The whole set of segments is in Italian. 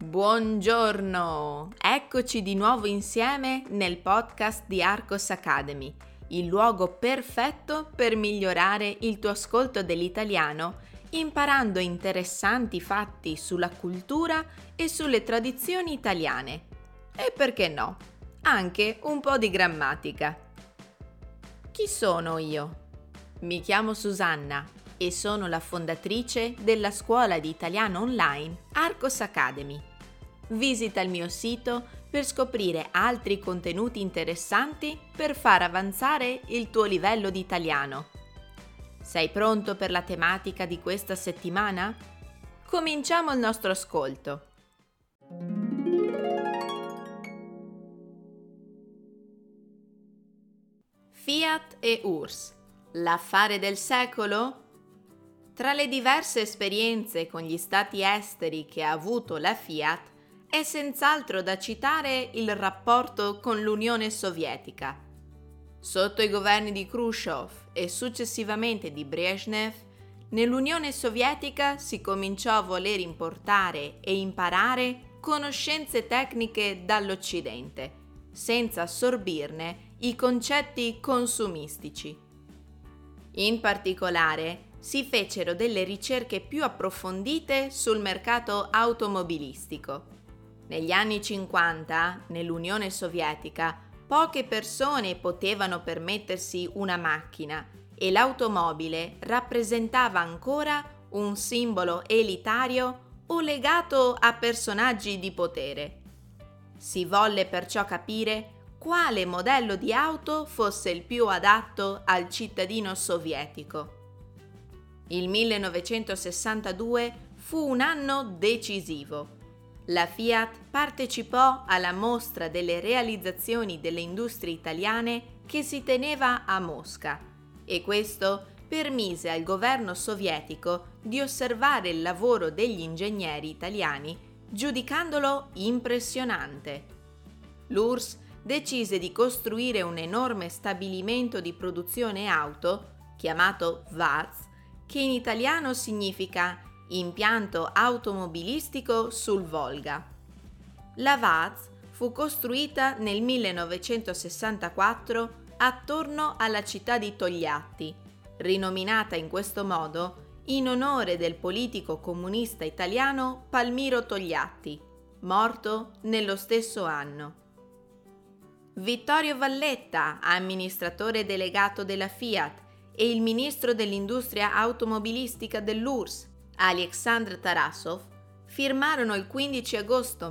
Buongiorno! Eccoci di nuovo insieme nel podcast di Arcos Academy, il luogo perfetto per migliorare il tuo ascolto dell'italiano, imparando interessanti fatti sulla cultura e sulle tradizioni italiane. E perché no? Anche un po' di grammatica. Chi sono io? Mi chiamo Susanna e sono la fondatrice della scuola di italiano online Arcos Academy. Visita il mio sito per scoprire altri contenuti interessanti per far avanzare il tuo livello di italiano. Sei pronto per la tematica di questa settimana? Cominciamo il nostro ascolto. Fiat e URSS, l'affare del secolo? Tra le diverse esperienze con gli stati esteri che ha avuto la Fiat, è senz'altro da citare il rapporto con l'Unione Sovietica. Sotto i governi di Khrushchev e successivamente di Brezhnev, nell'Unione Sovietica si cominciò a voler importare e imparare conoscenze tecniche dall'Occidente, senza assorbirne i concetti consumistici. In particolare, si fecero delle ricerche più approfondite sul mercato automobilistico. Negli anni 50, nell'Unione Sovietica, poche persone potevano permettersi una macchina e l'automobile rappresentava ancora un simbolo elitario o legato a personaggi di potere. Si volle perciò capire quale modello di auto fosse il più adatto al cittadino sovietico. Il 1962 fu un anno decisivo. La Fiat partecipò alla mostra delle realizzazioni delle industrie italiane che si teneva a Mosca e questo permise al governo sovietico di osservare il lavoro degli ingegneri italiani giudicandolo impressionante. L'URSS decise di costruire un enorme stabilimento di produzione auto, chiamato VAZ, che in italiano significa impianto automobilistico sul Volga. La VAZ fu costruita nel 1964 attorno alla città di Togliatti, rinominata in questo modo in onore del politico comunista italiano Palmiro Togliatti, morto nello stesso anno. Vittorio Valletta, amministratore delegato della Fiat, e il ministro dell'industria automobilistica dell'URSS, Aleksandr Tarasov, firmarono il 15 agosto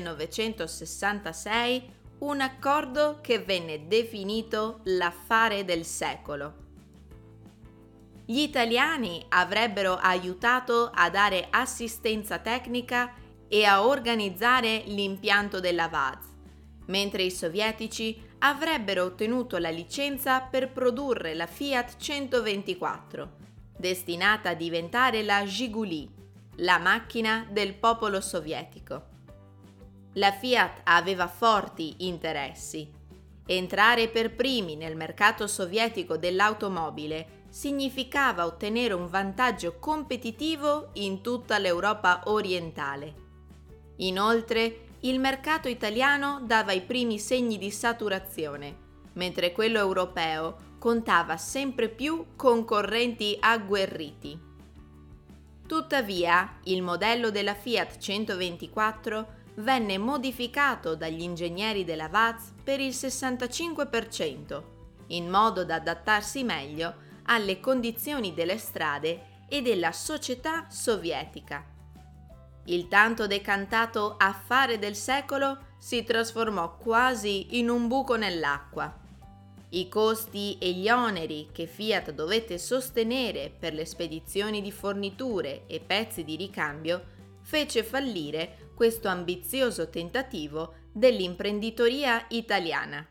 1966 un accordo che venne definito l'affare del secolo. Gli italiani avrebbero aiutato a dare assistenza tecnica e a organizzare l'impianto della VAZ, mentre i sovietici avrebbero ottenuto la licenza per produrre la Fiat 124, destinata a diventare la Žigulī, la macchina del popolo sovietico. La Fiat aveva forti interessi. Entrare per primi nel mercato sovietico dell'automobile significava ottenere un vantaggio competitivo in tutta l'Europa orientale. Inoltre, il mercato italiano dava i primi segni di saturazione, mentre quello europeo contava sempre più concorrenti agguerriti. Tuttavia, il modello della Fiat 124 venne modificato dagli ingegneri della VAZ per il 65%, in modo da adattarsi meglio alle condizioni delle strade e della società sovietica. Il tanto decantato affare del secolo si trasformò quasi in un buco nell'acqua. I costi e gli oneri che Fiat dovette sostenere per le spedizioni di forniture e pezzi di ricambio fece fallire questo ambizioso tentativo dell'imprenditoria italiana.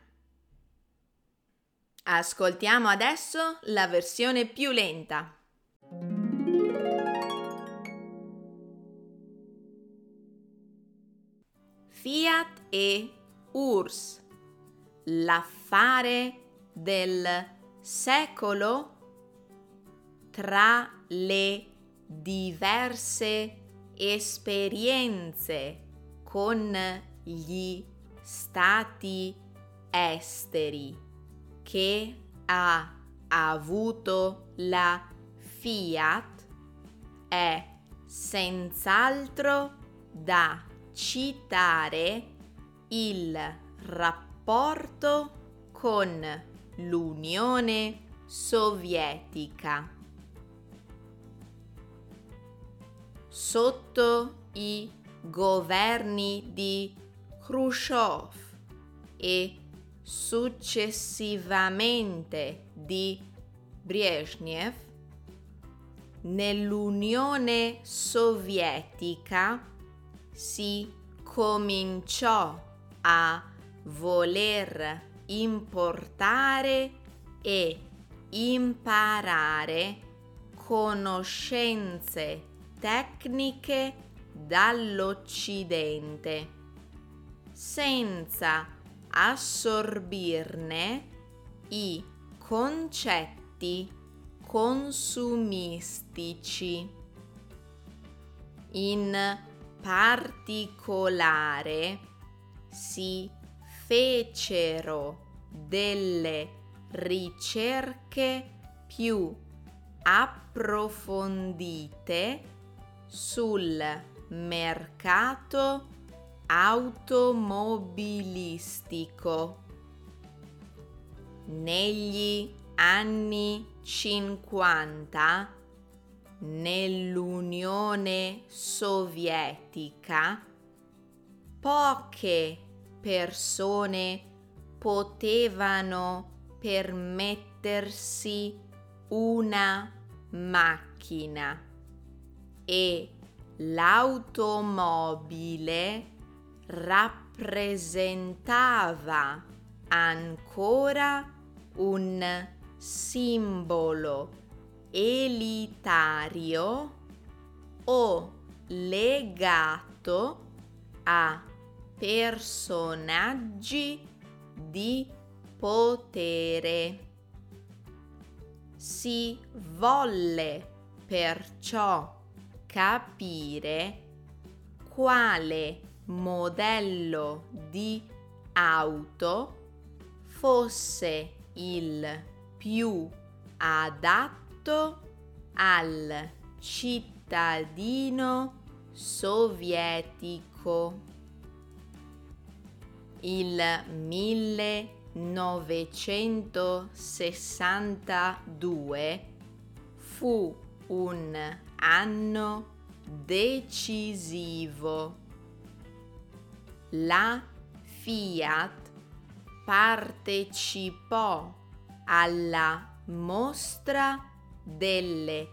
Ascoltiamo adesso la versione più lenta. Fiat e URSS, l'affare del secolo? Tra le diverse esperienze con gli stati esteri che ha avuto la Fiat è senz'altro da citare il rapporto con l'Unione Sovietica. Sotto i governi di Khrushchev e successivamente di Brezhnev, nell'Unione Sovietica si cominciò a voler importare e imparare conoscenze tecniche dall'Occidente, senza assorbirne i concetti consumistici. In particolare si fecero delle ricerche più approfondite sul mercato automobilistico. Negli anni 50, nell'Unione Sovietica, poche persone potevano permettersi una macchina e l'automobile rappresentava ancora un simbolo elitario o legato a personaggi di potere. Si volle perciò capire quale modello di auto fosse il più adatto al cittadino sovietico. Il 1962 fu un anno decisivo. La Fiat partecipò alla mostra delle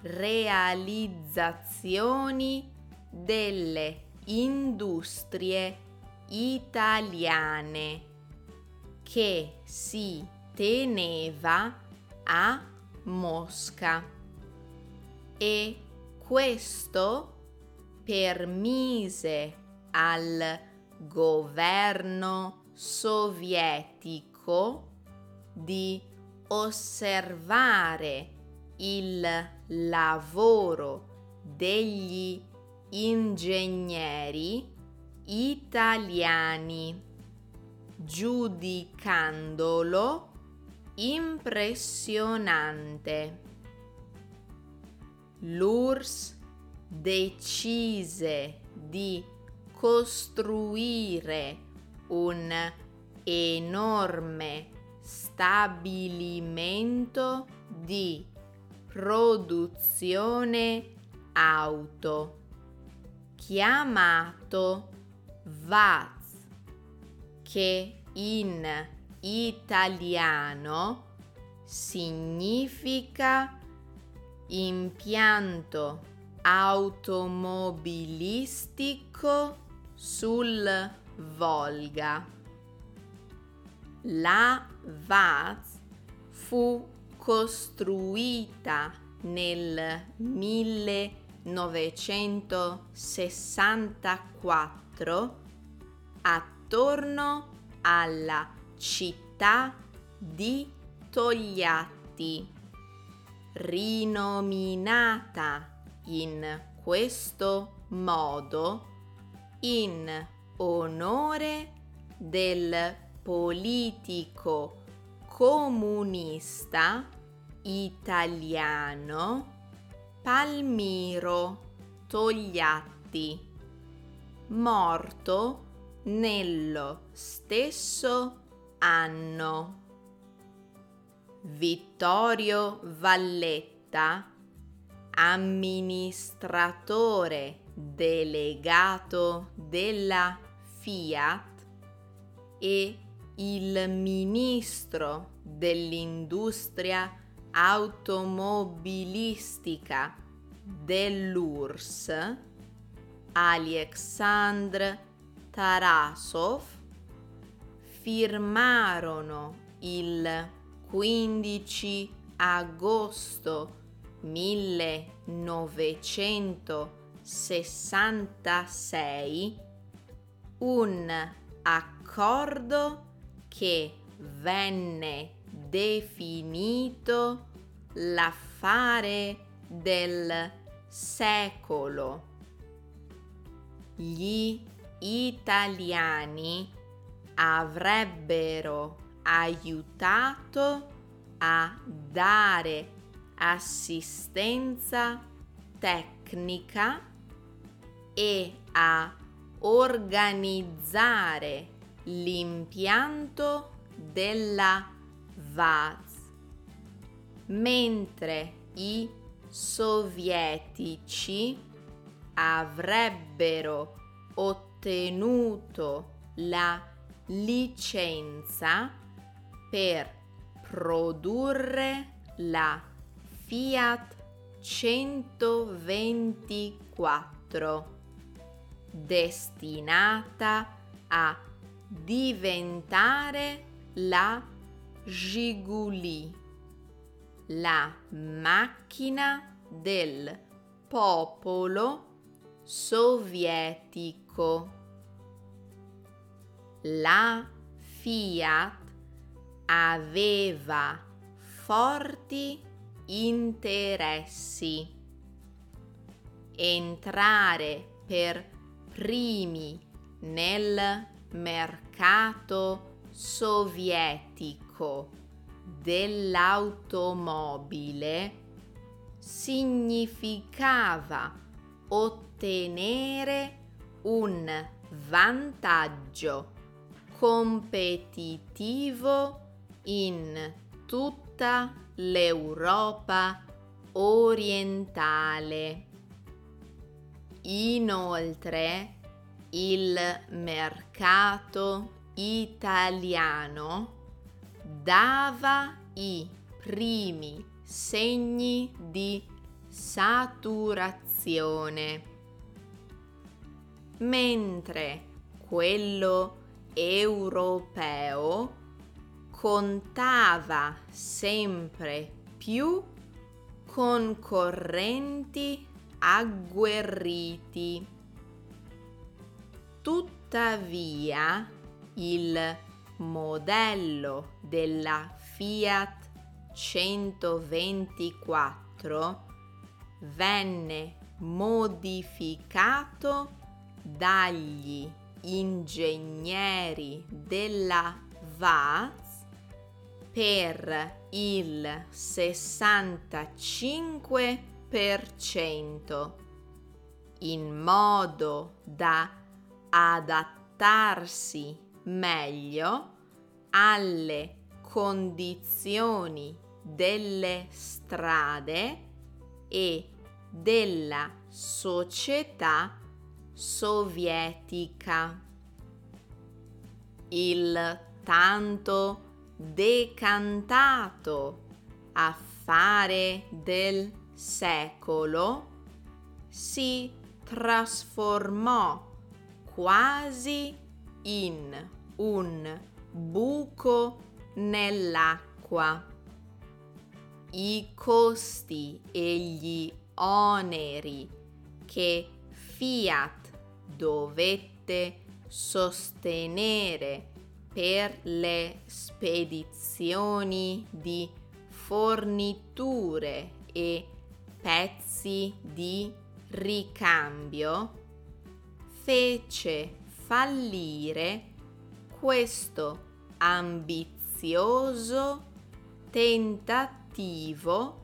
realizzazioni delle industrie italiane che si teneva a Mosca e questo permise al governo sovietico di osservare il lavoro degli ingegneri italiani, giudicandolo impressionante. L'URSS decise di costruire un enorme stabilimento di produzione auto chiamato VAZ, che in italiano significa impianto automobilistico sul Volga. La VAZ fu costruita nel 1964 attorno alla città di Togliatti, rinominata in questo modo in onore del politico comunista italiano Palmiro Togliatti, morto nello stesso anno. Vittorio Valletta, amministratore delegato della Fiat, e il ministro dell'industria automobilistica dell'URSS, Aleksandr Tarasov, firmarono il 15 agosto 1966 un accordo che venne definito l'affare del secolo. Gli italiani avrebbero aiutato a dare assistenza tecnica e a organizzare l'impianto della VAZ, mentre i sovietici avrebbero ottenuto la licenza per produrre la Fiat 124, destinata a diventare la Žigulī, la macchina del popolo sovietico. La Fiat aveva forti interessi. Entrare per primi nel mercato sovietico dell'automobile significava ottenere un vantaggio competitivo in tutta l'Europa orientale. Inoltre, il mercato italiano dava i primi segni di saturazione, mentre quello europeo contava sempre più concorrenti agguerriti. Tuttavia, il modello della Fiat 124 venne modificato dagli ingegneri della VAZ per il 65%, in modo da adattarsi meglio alle condizioni delle strade e della società sovietica. Il tanto decantato affare del secolo si trasformò quasi in un buco nell'acqua. I costi e gli oneri che Fiat dovette sostenere per le spedizioni di forniture e pezzi di ricambio fece fallire questo ambizioso tentativo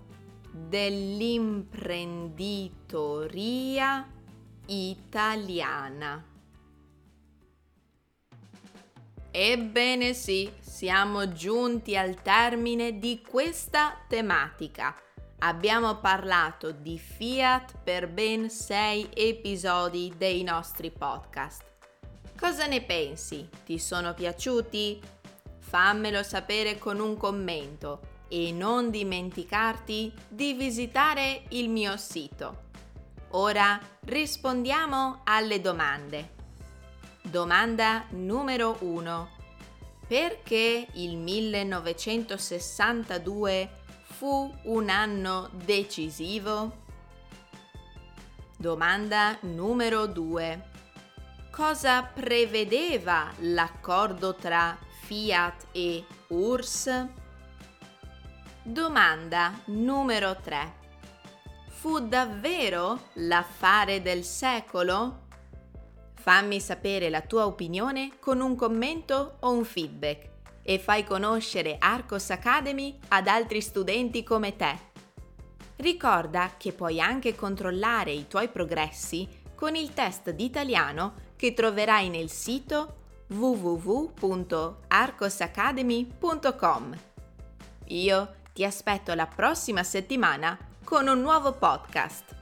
dell'imprenditoria italiana. Ebbene sì, siamo giunti al termine di questa tematica. Abbiamo parlato di Fiat per ben 6 episodi dei nostri podcast. Cosa ne pensi? Ti sono piaciuti? Fammelo sapere con un commento e non dimenticarti di visitare il mio sito. Ora rispondiamo alle domande. Domanda numero 1. Perché il 1962 fu un anno decisivo? Domanda numero 2. Cosa prevedeva l'accordo tra Fiat e URSS? Domanda numero 3. Fu davvero l'affare del secolo? Fammi sapere la tua opinione con un commento o un feedback e fai conoscere Arcos Academy ad altri studenti come te. Ricorda che puoi anche controllare i tuoi progressi con il test di italiano che troverai nel sito www.arcosacademy.com. Io ti aspetto la prossima settimana con un nuovo podcast.